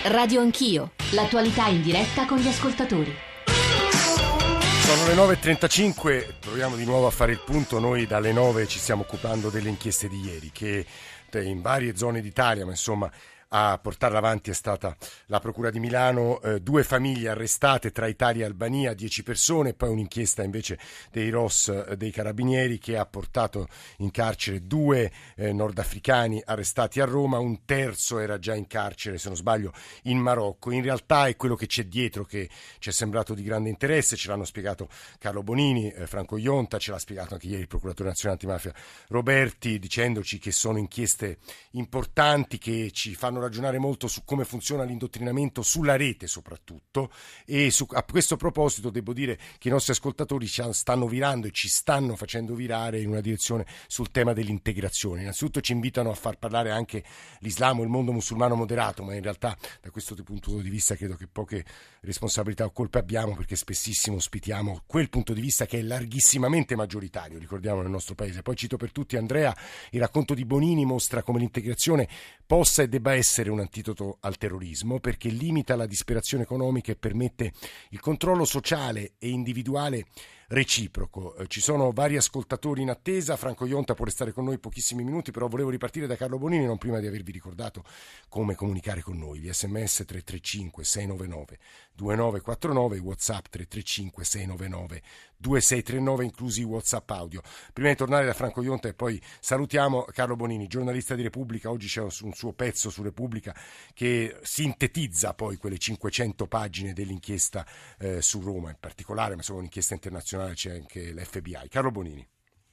Radio Anch'io, l'attualità in diretta con gli ascoltatori. Sono le 9.35, proviamo di nuovo a fare il punto. Noi dalle 9 ci stiamo occupando delle inchieste di ieri che in varie zone d'Italia, ma insomma a portarla avanti è stata la Procura di Milano, 2 famiglie arrestate tra Italia e Albania, 10 persone, poi un'inchiesta invece dei ROS dei Carabinieri che ha portato in carcere 2 nordafricani arrestati a Roma, un terzo era già in carcere, se non sbaglio, in Marocco. In realtà è quello che c'è dietro che ci è sembrato di grande interesse, ce l'hanno spiegato Carlo Bonini, Franco Ionta, ce l'ha spiegato anche ieri il procuratore nazionale antimafia Roberti, dicendoci che sono inchieste importanti che ci fanno ragionare molto su come funziona l'indottrinamento sulla rete soprattutto, e a questo proposito devo dire che i nostri ascoltatori ci stanno virando e ci stanno facendo virare in una direzione sul tema dell'integrazione. Innanzitutto ci invitano a far parlare anche l'Islam, il mondo musulmano moderato, ma in realtà da questo punto di vista credo che poche responsabilità o colpe abbiamo, perché spessissimo ospitiamo quel punto di vista che è larghissimamente maggioritario, ricordiamo, nel nostro paese. Poi cito per tutti Andrea, il racconto di Bonini mostra come l'integrazione possa e debba essere un antidoto al terrorismo, perché limita la disperazione economica e permette il controllo sociale e individuale reciproco. Ci sono vari ascoltatori in attesa. Franco Ionta può restare con noi pochissimi minuti, però volevo ripartire da Carlo Bonini, non prima di avervi ricordato come comunicare con noi. Gli sms 335 699 2949, WhatsApp 335 699 2639, inclusi WhatsApp audio. Prima di tornare da Franco Ionta e poi salutiamo Carlo Bonini, giornalista di Repubblica. Oggi c'è un suo pezzo su Repubblica che sintetizza poi quelle 500 pagine dell'inchiesta su Roma in particolare, ma insomma un'inchiesta internazionale, c'è anche l'FBI. Carlo Bonini.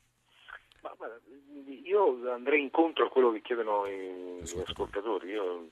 Io andrei incontro a quello che chiedono gli ascoltatori. Io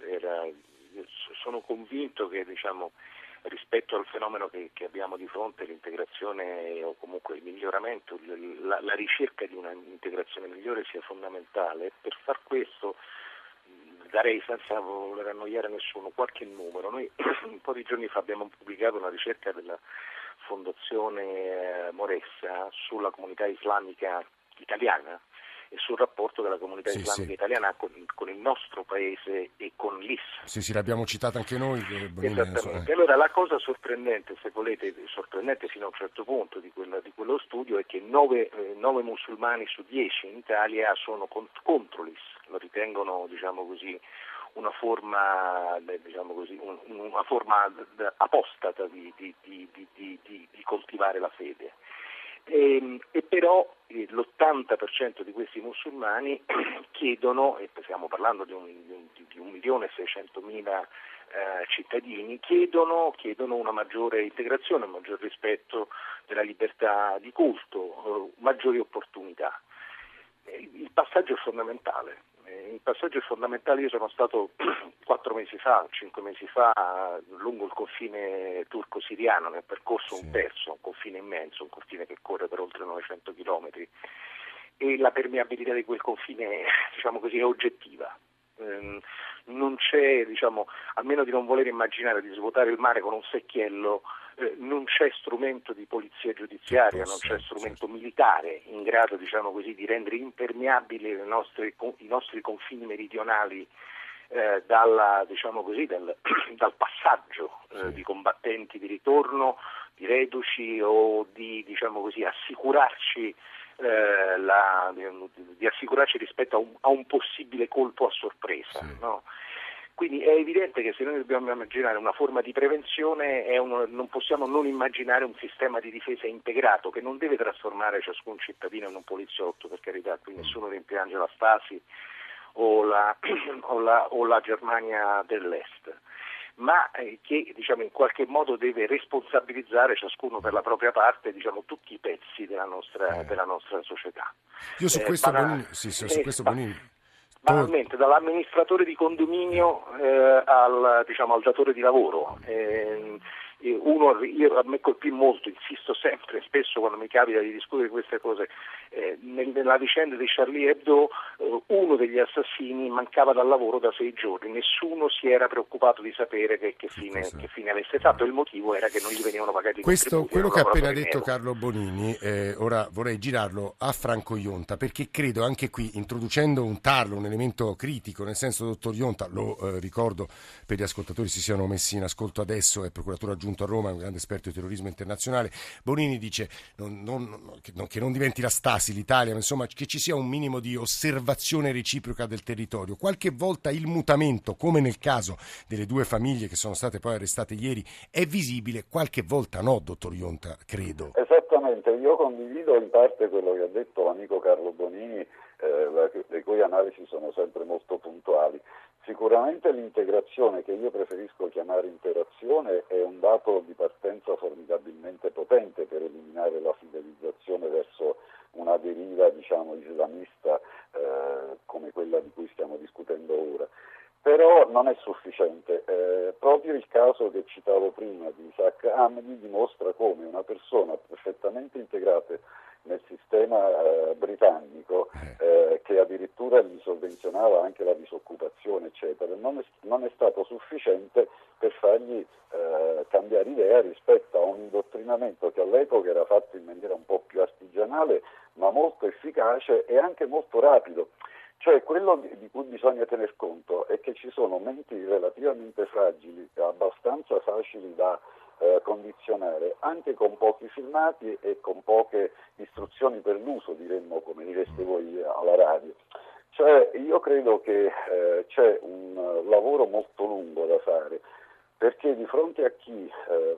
sono convinto che, diciamo, rispetto al fenomeno che abbiamo di fronte, l'integrazione o comunque il miglioramento, la ricerca di una integrazione migliore sia fondamentale. Per far questo darei, senza voler annoiare nessuno, qualche numero. Noi un po' di giorni fa abbiamo pubblicato una ricerca della Fondazione Moressa sulla comunità islamica italiana e sul rapporto della comunità islamica italiana con il nostro paese e con l'IS. Sì, l'abbiamo citata anche noi. Esattamente. Allora la cosa sorprendente, se volete, sorprendente fino a un certo punto di quello studio è che 9 musulmani su 10 in Italia sono contro l'IS, lo ritengono, diciamo così, una forma, diciamo così, una forma apostata di coltivare la fede. E però l'80% di questi musulmani chiedono, e stiamo parlando di 1.600.000 cittadini, chiedono una maggiore integrazione, un maggior rispetto della libertà di culto, maggiori opportunità. Il passaggio è fondamentale. Io sono stato 5 mesi fa lungo il confine turco-siriano, ne ho percorso un terzo, un confine immenso, un confine che corre per oltre 900 chilometri, e la permeabilità di quel confine, diciamo così, è oggettiva. Non c'è, diciamo, a meno di non voler immaginare di svuotare il mare con un secchiello, non c'è strumento di polizia giudiziaria, non c'è strumento militare in grado, diciamo così, di rendere impermeabili i nostri confini meridionali dal passaggio di combattenti di ritorno, di reduci o di, diciamo così, assicurarci rispetto a un possibile colpo a sorpresa, no? Quindi è evidente che se noi dobbiamo immaginare una forma di prevenzione, non possiamo non immaginare un sistema di difesa integrato che non deve trasformare ciascun cittadino in un poliziotto, per carità, qui nessuno rimpiange la Stasi o la Germania dell'Est, ma che, diciamo, in qualche modo deve responsabilizzare ciascuno per la propria parte, diciamo, tutti i pezzi della nostra società. Io su questo Bonini, banalmente, dall'amministratore di condominio al datore di lavoro. A me colpì molto, insisto sempre, spesso quando mi capita di discutere queste cose, nella vicenda di Charlie Hebdo uno degli assassini mancava dal lavoro da 6 giorni, nessuno si era preoccupato di sapere che fine avesse fatto, il motivo era che non gli venivano pagati i contributi. Quello che ha appena detto Carlo Bonini, ora vorrei girarlo a Franco Ionta, perché credo anche qui, introducendo un tarlo, un elemento critico, nel senso, dottor Ionta, lo ricordo per gli ascoltatori si siano messi in ascolto adesso, è procuratore aggiunto a Roma, è un grande esperto di terrorismo internazionale. Bonini dice che non diventi la Stasi l'Italia, ma insomma che ci sia un minimo di osservazione reciproca del territorio. Qualche volta il mutamento, come nel caso delle 2 famiglie che sono state poi arrestate ieri, è visibile, qualche volta no, dottor Ionta, credo. Esattamente, io condivido in parte quello che ha detto l'amico Carlo Bonini, le cui analisi sono sempre molto puntuali. Sicuramente l'integrazione, che io preferisco chiamare interazione, è un dato di partenza formidabilmente potente per eliminare la fidelizzazione verso una deriva, diciamo, islamista come quella di cui stiamo discutendo ora. Però non è sufficiente. Proprio il caso che citavo prima di Isaac Hamdi dimostra come una persona perfettamente integrata nel sistema britannico, che addirittura gli sovvenzionava anche la disoccupazione, eccetera, non è stato sufficiente per fargli cambiare idea rispetto a un indottrinamento che all'epoca era fatto in maniera un po' più artigianale, ma molto efficace e anche molto rapido. Cioè, quello di cui bisogna tener conto è che ci sono menti relativamente fragili, abbastanza facili da condizionare, anche con pochi filmati e con poche istruzioni per l'uso, diremmo, come direste voi alla radio. Cioè, io credo che c'è un lavoro molto lungo da fare, perché di fronte a chi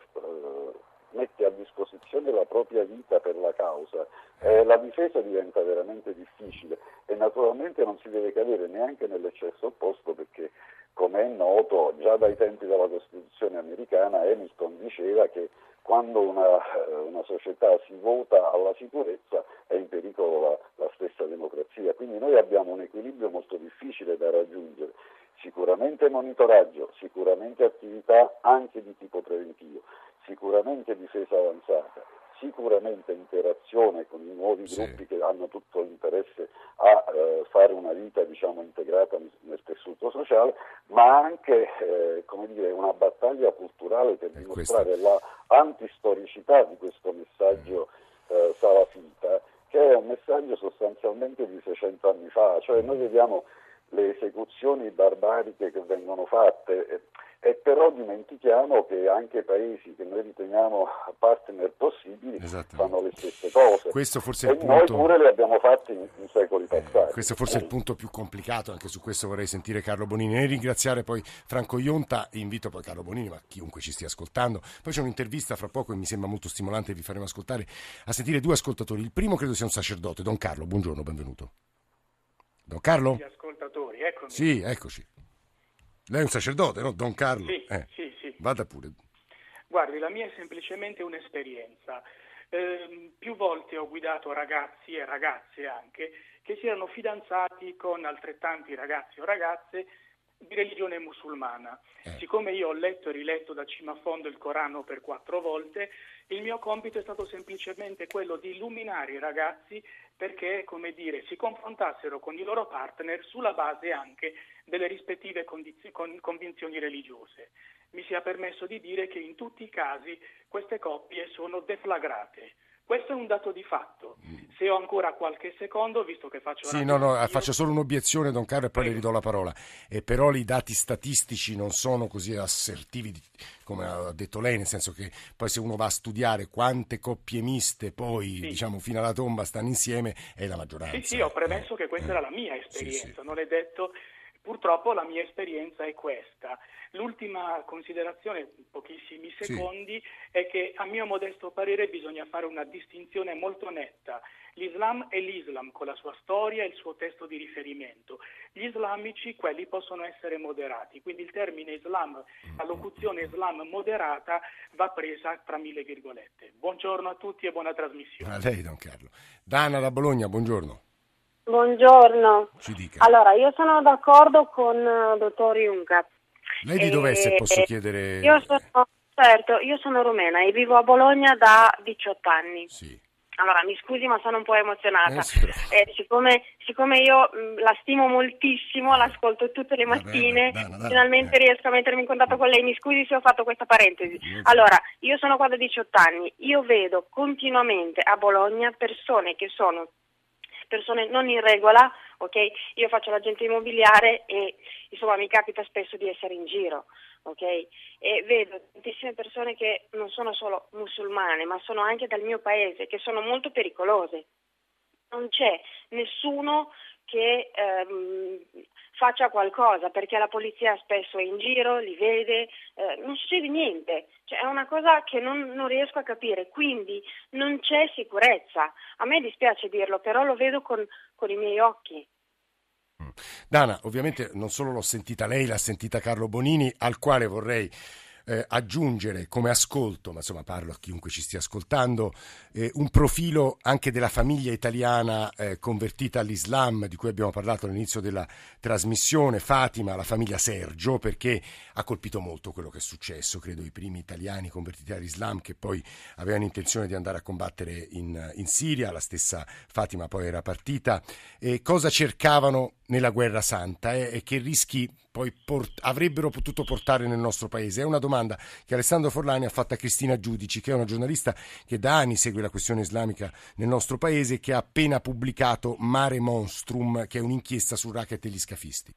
mette a disposizione la propria vita per la causa, la difesa diventa veramente difficile e naturalmente non si deve cadere neanche nell'eccesso opposto, perché, come è noto, già dai tempi della Costituzione americana Hamilton diceva che quando una società si vota alla sicurezza è in pericolo la stessa democrazia. Quindi noi abbiamo un equilibrio molto difficile da raggiungere. Sicuramente monitoraggio, sicuramente attività anche di tipo preventivo, sicuramente difesa avanzata, sicuramente interazione con i nuovi gruppi che hanno tutto l'interesse a fare una vita, diciamo, integrata nel tessuto sociale, ma anche una battaglia culturale per dimostrare la antistoricità di questo messaggio salafita, che è un messaggio sostanzialmente di 600 anni fa. Cioè noi vediamo le esecuzioni barbariche che vengono fatte, e però dimentichiamo che anche paesi che noi riteniamo partner possibili fanno le stesse cose. Questo forse e noi pure le abbiamo fatte in secoli passati. Questo forse è il punto più complicato, anche su questo vorrei sentire Carlo Bonini. Nel ringraziare poi Franco Ionta, invito poi Carlo Bonini, ma chiunque ci stia ascoltando. Poi c'è un'intervista fra poco e mi sembra molto stimolante, vi faremo ascoltare, a sentire 2 ascoltatori. Il primo credo sia un sacerdote, Don Carlo, buongiorno, benvenuto. Don Carlo? Gli ascoltatori, eccomi. Sì, eccoci. Lei è un sacerdote, no? Don Carlo? Sì. Vada pure. Guardi, la mia è semplicemente un'esperienza. Più volte ho guidato ragazzi e ragazze anche che si erano fidanzati con altrettanti ragazzi o ragazze di religione musulmana. Siccome io ho letto e riletto da cima a fondo il Corano per 4 volte, il mio compito è stato semplicemente quello di illuminare i ragazzi perché, come dire, si confrontassero con i loro partner sulla base anche delle rispettive convinzioni religiose. Mi sia permesso di dire che in tutti i casi queste coppie sono deflagrate. Questo è un dato di fatto. Se ho ancora qualche secondo, visto che faccio... Faccio solo un'obiezione, Don Carlo, e poi le ridò la parola. Però i dati statistici non sono così assertivi come ha detto lei, nel senso che poi se uno va a studiare quante coppie miste poi, diciamo, fino alla tomba stanno insieme, è la maggioranza. Sì, ho premesso che questa era la mia esperienza, non è detto... Purtroppo la mia esperienza è questa. L'ultima considerazione, pochissimi secondi, è che a mio modesto parere bisogna fare una distinzione molto netta. L'Islam è l'Islam con la sua storia e il suo testo di riferimento. Gli islamici, quelli possono essere moderati, quindi il termine Islam, la locuzione Islam moderata va presa tra 1000 virgolette. Buongiorno a tutti e buona trasmissione. A lei, Don Carlo. Dana da Bologna, buongiorno. Buongiorno. Ci dica. Allora, io sono d'accordo con il dottor Ionta. Lei di dov'è, se posso chiedere? Io sono Certo, io sono rumena e vivo a Bologna da 18 anni. Sì. Allora, mi scusi ma sono un po' emozionata. Sì, però. Siccome io la stimo moltissimo, l'ascolto tutte le mattine, finalmente riesco a mettermi in contatto con lei. Mi scusi se ho fatto questa parentesi. Allora, io sono qua da 18 anni, io vedo continuamente a Bologna persone che sono persone non in regola, ok? Io faccio l'agente immobiliare e insomma mi capita spesso di essere in giro, ok? E vedo tantissime persone che non sono solo musulmane, ma sono anche dal mio paese, che sono molto pericolose. Non c'è nessuno che faccia qualcosa, perché la polizia spesso è in giro, li vede, non succede niente. Cioè, è una cosa che non riesco a capire, quindi non c'è sicurezza. A me dispiace dirlo, però lo vedo con i miei occhi. Dana, ovviamente non solo l'ho sentita lei, l'ha sentita Carlo Bonini, al quale vorrei aggiungere come ascolto, ma insomma parlo a chiunque ci stia ascoltando, un profilo anche della famiglia italiana convertita all'Islam, di cui abbiamo parlato all'inizio della trasmissione, Fatima, la famiglia Sergio, perché ha colpito molto quello che è successo, credo i primi italiani convertiti all'Islam che poi avevano intenzione di andare a combattere in Siria, la stessa Fatima poi era partita, cosa cercavano nella guerra santa e che rischi poi avrebbero potuto portare nel nostro paese. È una domanda che Alessandro Forlani ha fatto a Cristina Giudici, che è una giornalista che da anni segue la questione islamica nel nostro paese, che ha appena pubblicato Mare Monstrum, che è un'inchiesta sul racket e gli scafisti.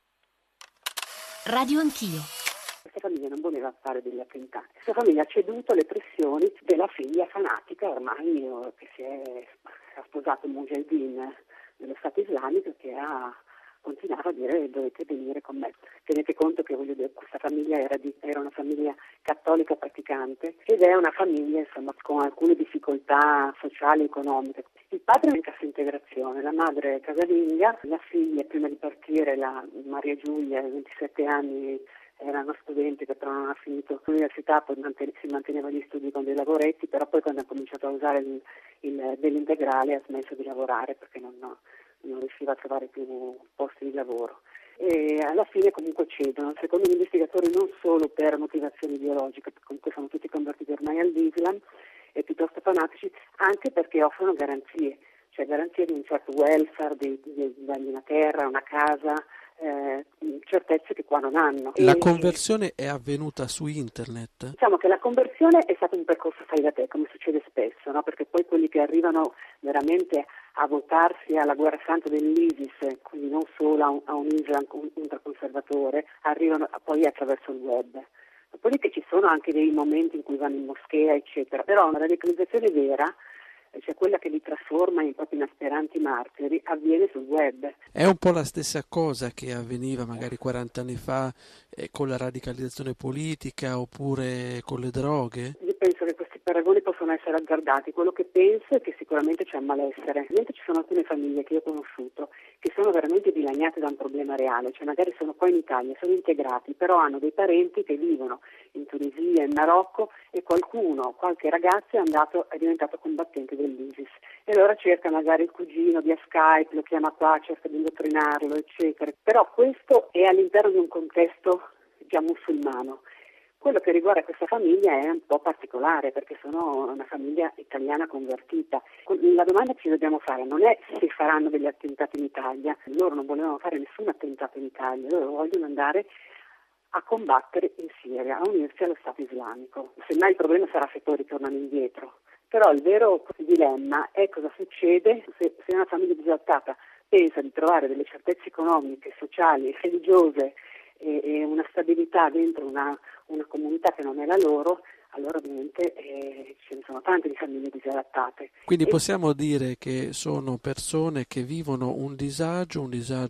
Radio Anch'io. Questa famiglia non voleva fare degli attentati. Questa famiglia ha ceduto alle pressioni della figlia fanatica ormai che ha sposato il Mujahideen dello Stato islamico, che continuava a dire dovete venire con me. Tenete conto che questa famiglia era una famiglia cattolica praticante ed è una famiglia insomma con alcune difficoltà sociali e economiche. Il padre è in cassa integrazione, la madre è casalinga, la figlia prima di partire, la Maria Giulia, 27 anni, era una studente che però non ha finito l'università, poi si manteneva gli studi con dei lavoretti, però poi quando ha cominciato a usare dell'integrale ha smesso di lavorare perché non riusciva a trovare più posti di lavoro. E alla fine comunque cedono, secondo gli investigatori, non solo per motivazioni ideologiche, perché comunque sono tutti convertiti ormai all'Islam e piuttosto fanatici, anche perché offrono garanzie, cioè garanzie di un certo welfare, di una terra, una casa, certezze che qua non hanno. La conversione è avvenuta su internet? Diciamo che la conversione è stato un percorso fai da te, come succede spesso, no? Perché poi quelli che arrivano veramente a votarsi alla guerra santa dell'ISIS, quindi non solo a un Islam ultraconservatore, arrivano poi attraverso il web. Dopodiché ci sono anche dei momenti in cui vanno in moschea, eccetera, però una radicalizzazione vera, cioè quella che li trasforma proprio in aspiranti martiri, avviene sul web. È un po' la stessa cosa che avveniva magari 40 anni fa con la radicalizzazione politica oppure con le droghe? Io penso che questi paragoni possono essere azzardati. Quello che penso è che sicuramente c'è un malessere. Ci sono alcune famiglie che io ho conosciuto che sono veramente dilaniate da un problema reale, cioè magari sono qua in Italia, sono integrati, però hanno dei parenti che vivono in Tunisia, in Marocco e qualche ragazzo è diventato combattente dell'ISIS e allora cerca magari il cugino via Skype, lo chiama qua, cerca di indottrinarlo, eccetera. Però questo è all'interno di un contesto già musulmano. Quello che riguarda questa famiglia è un po' particolare perché sono una famiglia italiana convertita. La domanda che ci dobbiamo fare non è se faranno degli attentati in Italia, loro non volevano fare nessun attentato in Italia, loro vogliono andare a combattere in Siria, a unirsi allo Stato islamico. Semmai il problema sarà se poi ritornano indietro. Però il vero dilemma è cosa succede se una famiglia disattata pensa di trovare delle certezze economiche, sociali, religiose e una stabilità dentro una comunità che non è la loro, allora ovviamente ce ne sono tante di famiglie disadattate. Quindi possiamo dire che sono persone che vivono un disagio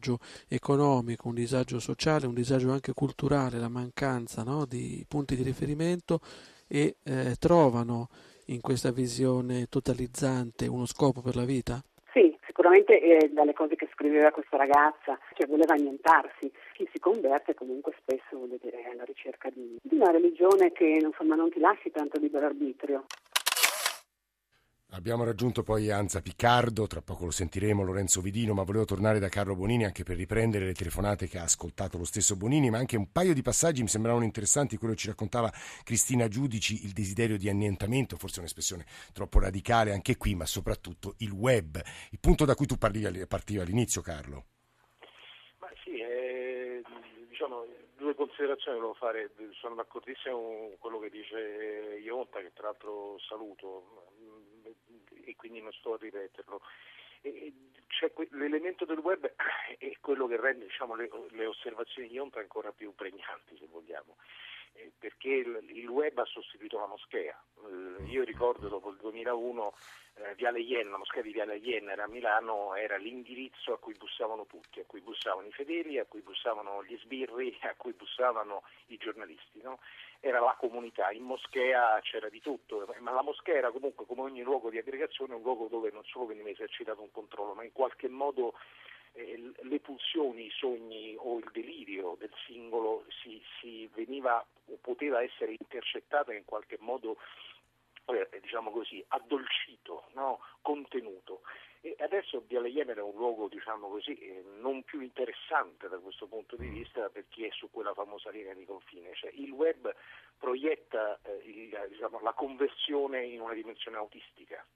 economico, un disagio sociale, un disagio anche culturale, la mancanza, no, di punti di riferimento e trovano in questa visione totalizzante uno scopo per la vita? Sì, sicuramente dalle cose che scriveva questa ragazza, cioè voleva annientarsi. Chi si converte comunque spesso è alla ricerca di una religione che non ti lasci tanto libero arbitrio. Abbiamo raggiunto poi Anza Piccardo, tra poco lo sentiremo, Lorenzo Vidino, ma volevo tornare da Carlo Bonini anche per riprendere le telefonate che ha ascoltato lo stesso Bonini, ma anche un paio di passaggi mi sembravano interessanti, quello che ci raccontava Cristina Giudici, il desiderio di annientamento, forse un'espressione troppo radicale anche qui, ma soprattutto il web, il punto da cui tu partivi all'inizio, Carlo. Ma sì, diciamo, due considerazioni volevo fare. Sono d'accordissimo con quello che dice Ionta, che tra l'altro saluto, e quindi non sto a ripeterlo. C'è l'elemento del web è quello che rende, diciamo, le osservazioni di Ionta ancora più pregnanti, se vogliamo, perché il web ha sostituito la moschea. Io ricordo dopo il 2001 Viale Ienna, la moschea di Viale Ienna era a Milano, era l'indirizzo a cui bussavano tutti, a cui bussavano i fedeli, a cui bussavano gli sbirri, a cui bussavano i giornalisti, no? Era la comunità, in moschea c'era di tutto, ma la moschea era comunque, come ogni luogo di aggregazione, un luogo dove non solo veniva esercitato un controllo, ma in qualche modo le pulsioni, i sogni o il delirio del singolo si veniva o poteva essere intercettato in qualche modo, diciamo così, addolcito, no? Contenuto. E adesso Viale Iena è un luogo, diciamo così, non più interessante da questo punto di vista per chi è su quella famosa linea di confine. Cioè, il web proietta la conversione in una dimensione autistica.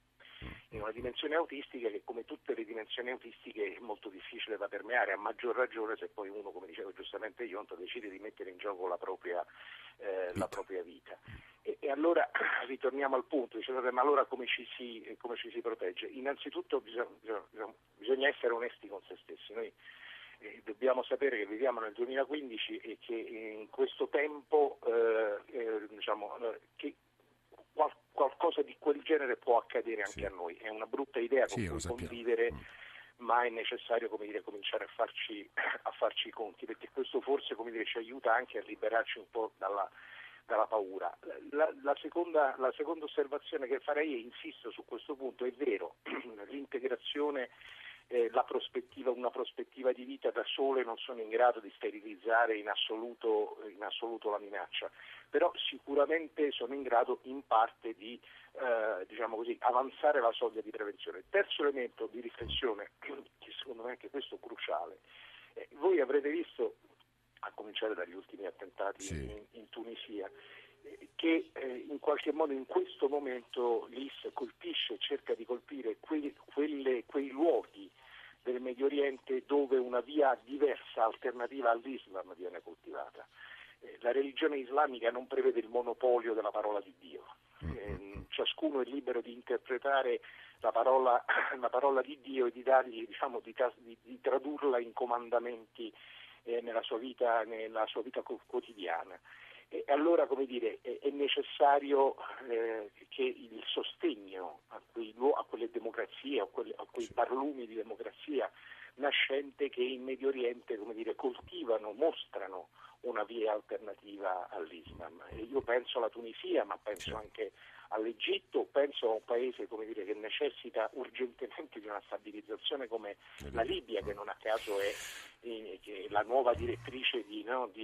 Che, come tutte le dimensioni autistiche, è molto difficile da permeare, a maggior ragione se poi uno, come diceva giustamente Ionta, decide di mettere in gioco la propria vita. E allora ritorniamo al punto, dicendo, ma allora come ci si protegge? Innanzitutto bisogna essere onesti con se stessi. Noi dobbiamo sapere che viviamo nel 2015 e che in questo tempo che qualcosa di quel genere può accadere anche a noi. È una brutta idea con cui convivere, ma è necessario, come dire, cominciare a farci i conti, perché questo forse, come dire, ci aiuta anche a liberarci un po' dalla paura. La seconda osservazione che farei, e insisto su questo punto, è vero, l'integrazione, una prospettiva di vita da sole non sono in grado di sterilizzare in assoluto la minaccia, però sicuramente sono in grado in parte di avanzare la soglia di prevenzione. Terzo elemento di riflessione, che secondo me anche questo è cruciale, voi avrete visto, a cominciare dagli ultimi attentati in Tunisia, che in qualche modo in questo momento l'IS cerca di colpire quei luoghi del Medio Oriente dove una via diversa, alternativa all'Islam, viene coltivata. La religione islamica non prevede il monopolio della parola di Dio. Ciascuno è libero di interpretare la parola di Dio e di dargli, di tradurla in comandamenti nella sua vita quotidiana. E allora, come dire, è necessario che il sostegno a quelle democrazie, a quei barlumi di democrazia nascente che in Medio Oriente, come dire, coltivano, mostrano una via alternativa all'Islam. E io penso alla Tunisia, ma penso anche all'Egitto, penso a un paese, come dire, che necessita urgentemente di una stabilizzazione come la Libia, che non a caso è la nuova direttrice di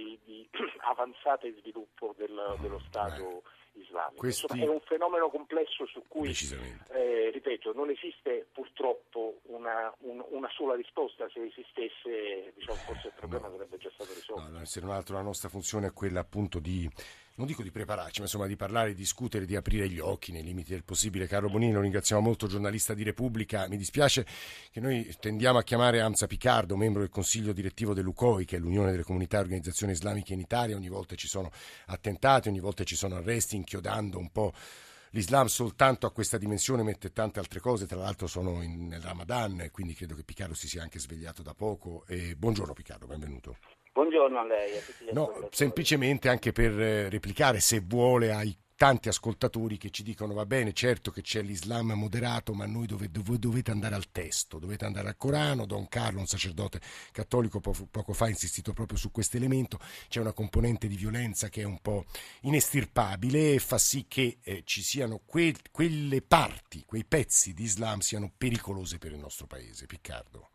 avanzata e sviluppo dello Stato islamico. Insomma, è un fenomeno complesso su cui, ripeto, non esiste purtroppo una sola risposta. Se esistesse, forse il problema sarebbe già stato risolto. Se non altro la nostra funzione è quella appunto di, non dico di prepararci, ma insomma di parlare, di discutere, di aprire gli occhi nei limiti del possibile. Carlo Bonini, lo ringraziamo molto, giornalista di Repubblica. Mi dispiace che noi tendiamo a chiamare Hamza Piccardo, membro del consiglio direttivo dell'UCOI, che è l'Unione delle Comunità e Organizzazioni Islamiche in Italia. Ogni volta ci sono attentati, ogni volta ci sono arresti, inchiodando un po' l'Islam soltanto a questa dimensione, mette tante altre cose, tra l'altro sono nel Ramadan, quindi credo che Piccardo si sia anche svegliato da poco. Buongiorno Piccardo, benvenuto. Buongiorno a lei e a tutti gli ascoltatori. Semplicemente anche per replicare, se vuole, ai tanti ascoltatori che ci dicono: va bene, certo che c'è l'Islam moderato, ma noi dovete andare al testo, dovete andare al Corano. Don Carlo, un sacerdote cattolico, poco fa ha insistito proprio su questo elemento. C'è una componente di violenza che è un po' inestirpabile e fa sì che ci siano quelle parti, quei pezzi di Islam siano pericolose per il nostro paese. Piccardo.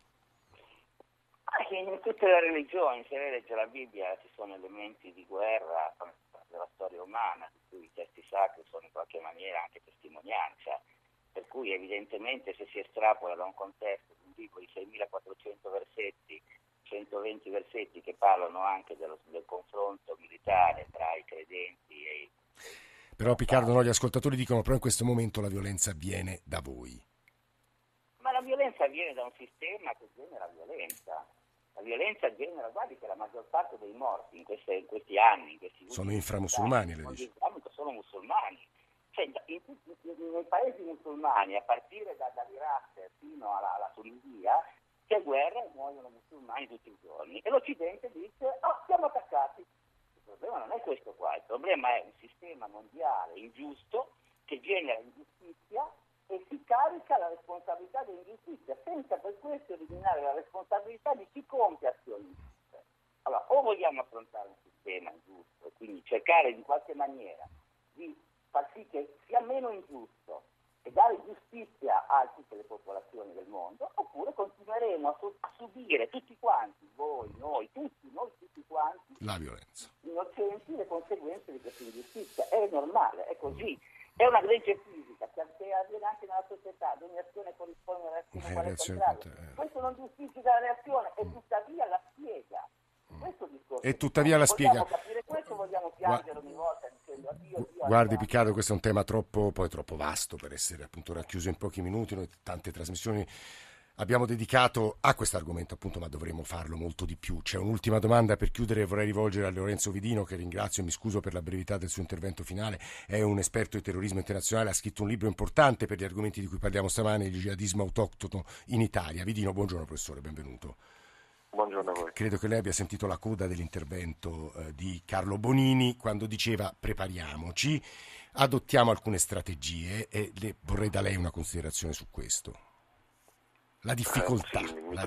In tutte le religioni, se lei legge la Bibbia, ci sono elementi di guerra della storia umana, di cui i testi sacri sono in qualche maniera anche testimonianza. per cui evidentemente se si estrapola da un contesto di un libro di 6.400 versetti, 120 versetti che parlano anche del confronto militare tra i credenti e i... Però Piccardo, no, gli ascoltatori dicono però in questo momento la violenza avviene da voi. Ma la violenza avviene da un sistema che genera violenza. La violenza genera, guardi che la maggior parte dei morti in questi anni, sono inframusulmani, le dice. Sono musulmani. Cioè, nei paesi musulmani, a partire dall'Iraq fino alla Tunisia, c'è guerra e muoiono musulmani tutti i giorni. E l'Occidente dice, siamo attaccati. Il problema non è questo qua, il problema è un sistema mondiale ingiusto che genera ingiustizia e si carica la responsabilità dell'ingiustizia, senza per questo eliminare la responsabilità di chi compie azioni ingiuste. Allora, o vogliamo affrontare un sistema ingiusto e quindi cercare in qualche maniera di far sì che sia meno ingiusto e dare giustizia a tutte le popolazioni del mondo, oppure continueremo a subire tutti quanti, noi tutti quanti, la violenza, innocenti, le conseguenze di questa ingiustizia. È normale, è così. È una legge fisica che avviene anche nella società, ogni azione corrisponde a una reazione contraria. Questo non giustifica la reazione e tuttavia la spiega. Questo discorso. E tuttavia la spiega. Vogliamo capire questo, vogliamo piangere ogni volta dicendo addio. Guardi Piccardo, questo è un tema troppo vasto per essere appunto racchiuso in pochi minuti. Noi tante trasmissioni abbiamo dedicato a questo argomento, appunto, ma dovremo farlo molto di più. C'è un'ultima domanda per chiudere, vorrei rivolgere a Lorenzo Vidino, che ringrazio e mi scuso per la brevità del suo intervento finale. È un esperto di terrorismo internazionale, ha scritto un libro importante per gli argomenti di cui parliamo stamane, il jihadismo autoctono in Italia. Vidino, buongiorno professore, benvenuto. Buongiorno a voi. Credo che lei abbia sentito la coda dell'intervento di Carlo Bonini quando diceva prepariamoci, adottiamo alcune strategie e vorrei da lei una considerazione su questo. La difficoltà.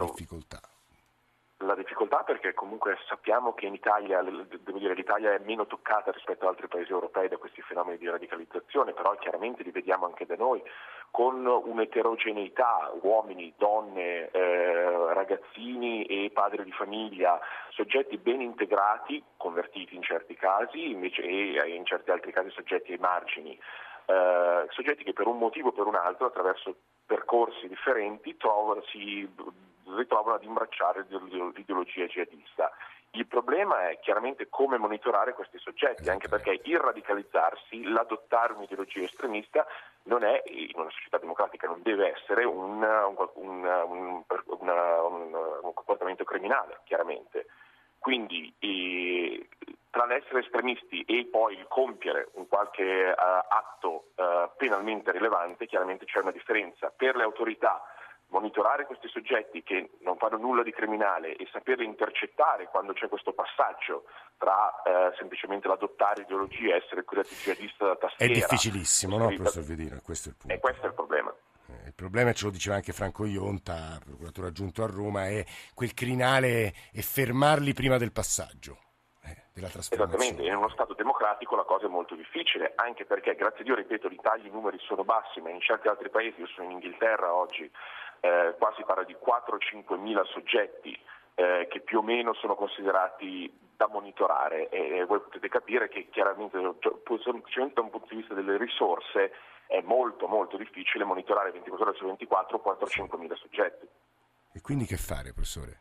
La difficoltà perché comunque sappiamo che in Italia, devo dire, l'Italia è meno toccata rispetto ad altri paesi europei da questi fenomeni di radicalizzazione, però chiaramente li vediamo anche da noi, con un'eterogeneità, uomini, donne, ragazzini e padri di famiglia, soggetti ben integrati, convertiti in certi casi, invece e in certi altri casi soggetti ai margini, soggetti che per un motivo o per un altro, attraverso percorsi differenti, si ritrovano ad imbracciare l'ideologia jihadista. Il problema è chiaramente come monitorare questi soggetti, anche perché il radicalizzarsi, l'adottare un'ideologia estremista non è, in una società democratica non deve essere un comportamento criminale, chiaramente. Quindi tra l'essere estremisti e poi il compiere un qualche atto penalmente rilevante, chiaramente c'è una differenza. Per le autorità monitorare questi soggetti che non fanno nulla di criminale e saperli intercettare quando c'è questo passaggio tra semplicemente l'adottare ideologia e essere curati jihadista da tastiera. È difficilissimo, no, professor Vedino? Questo è il punto. E questo è il problema. Il problema, ce lo diceva anche Franco Ionta, procuratore aggiunto a Roma, è quel crinale e fermarli prima del passaggio. Della trasformazione. Esattamente, in uno Stato democratico la cosa è molto difficile, anche perché, grazie a Dio, ripeto, l'Italia i numeri sono bassi, ma in certi altri paesi, io sono in Inghilterra oggi, qua si parla di 4-5 mila soggetti che più o meno sono considerati da monitorare e voi potete capire che chiaramente, semplicemente da un punto di vista delle risorse, è molto molto difficile monitorare 24 ore su 24 4-5 mila soggetti. E quindi che fare, professore?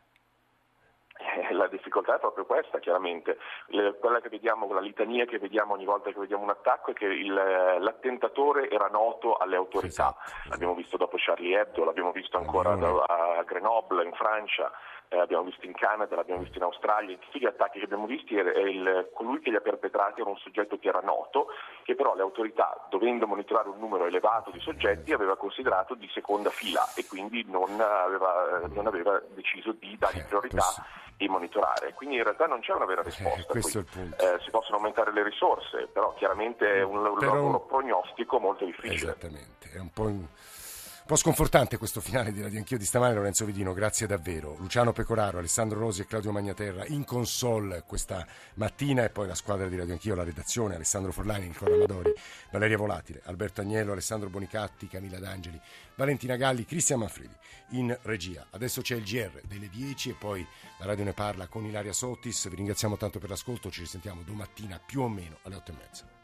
La difficoltà è proprio questa, chiaramente. Quella che vediamo, la litania che vediamo ogni volta che vediamo un attacco è che l'attentatore era noto alle autorità. Esatto. L'abbiamo visto dopo Charlie Hebdo, l'abbiamo visto ancora a Grenoble in Francia, l'abbiamo visto in Canada, l'abbiamo visto in Australia. Tutti gli attacchi che abbiamo visti, colui che li ha perpetrati era un soggetto che era noto, che però le autorità, dovendo monitorare un numero elevato di soggetti, aveva considerato di seconda fila e quindi non aveva deciso di dargli priorità e monitorare. Quindi in realtà non c'è una vera risposta. Questo è il punto. Si possono aumentare le risorse, però chiaramente è un lavoro prognostico molto difficile. Esattamente, è un po' sconfortante questo finale di Radio Anch'io di stamane. Lorenzo Vidino, grazie davvero. Luciano Pecoraro, Alessandro Rosi e Claudio Magnaterra in console questa mattina, e poi la squadra di Radio Anch'io, la redazione, Alessandro Forlani, Nicola Amadori, Valeria Volatile, Alberto Agnello, Alessandro Bonicatti, Camilla D'Angeli, Valentina Galli, Cristian Manfredi in regia. Adesso c'è il GR delle 10 e poi la radio ne parla con Ilaria Sottis. Vi ringraziamo tanto per l'ascolto, ci risentiamo domattina più o meno alle 8:30.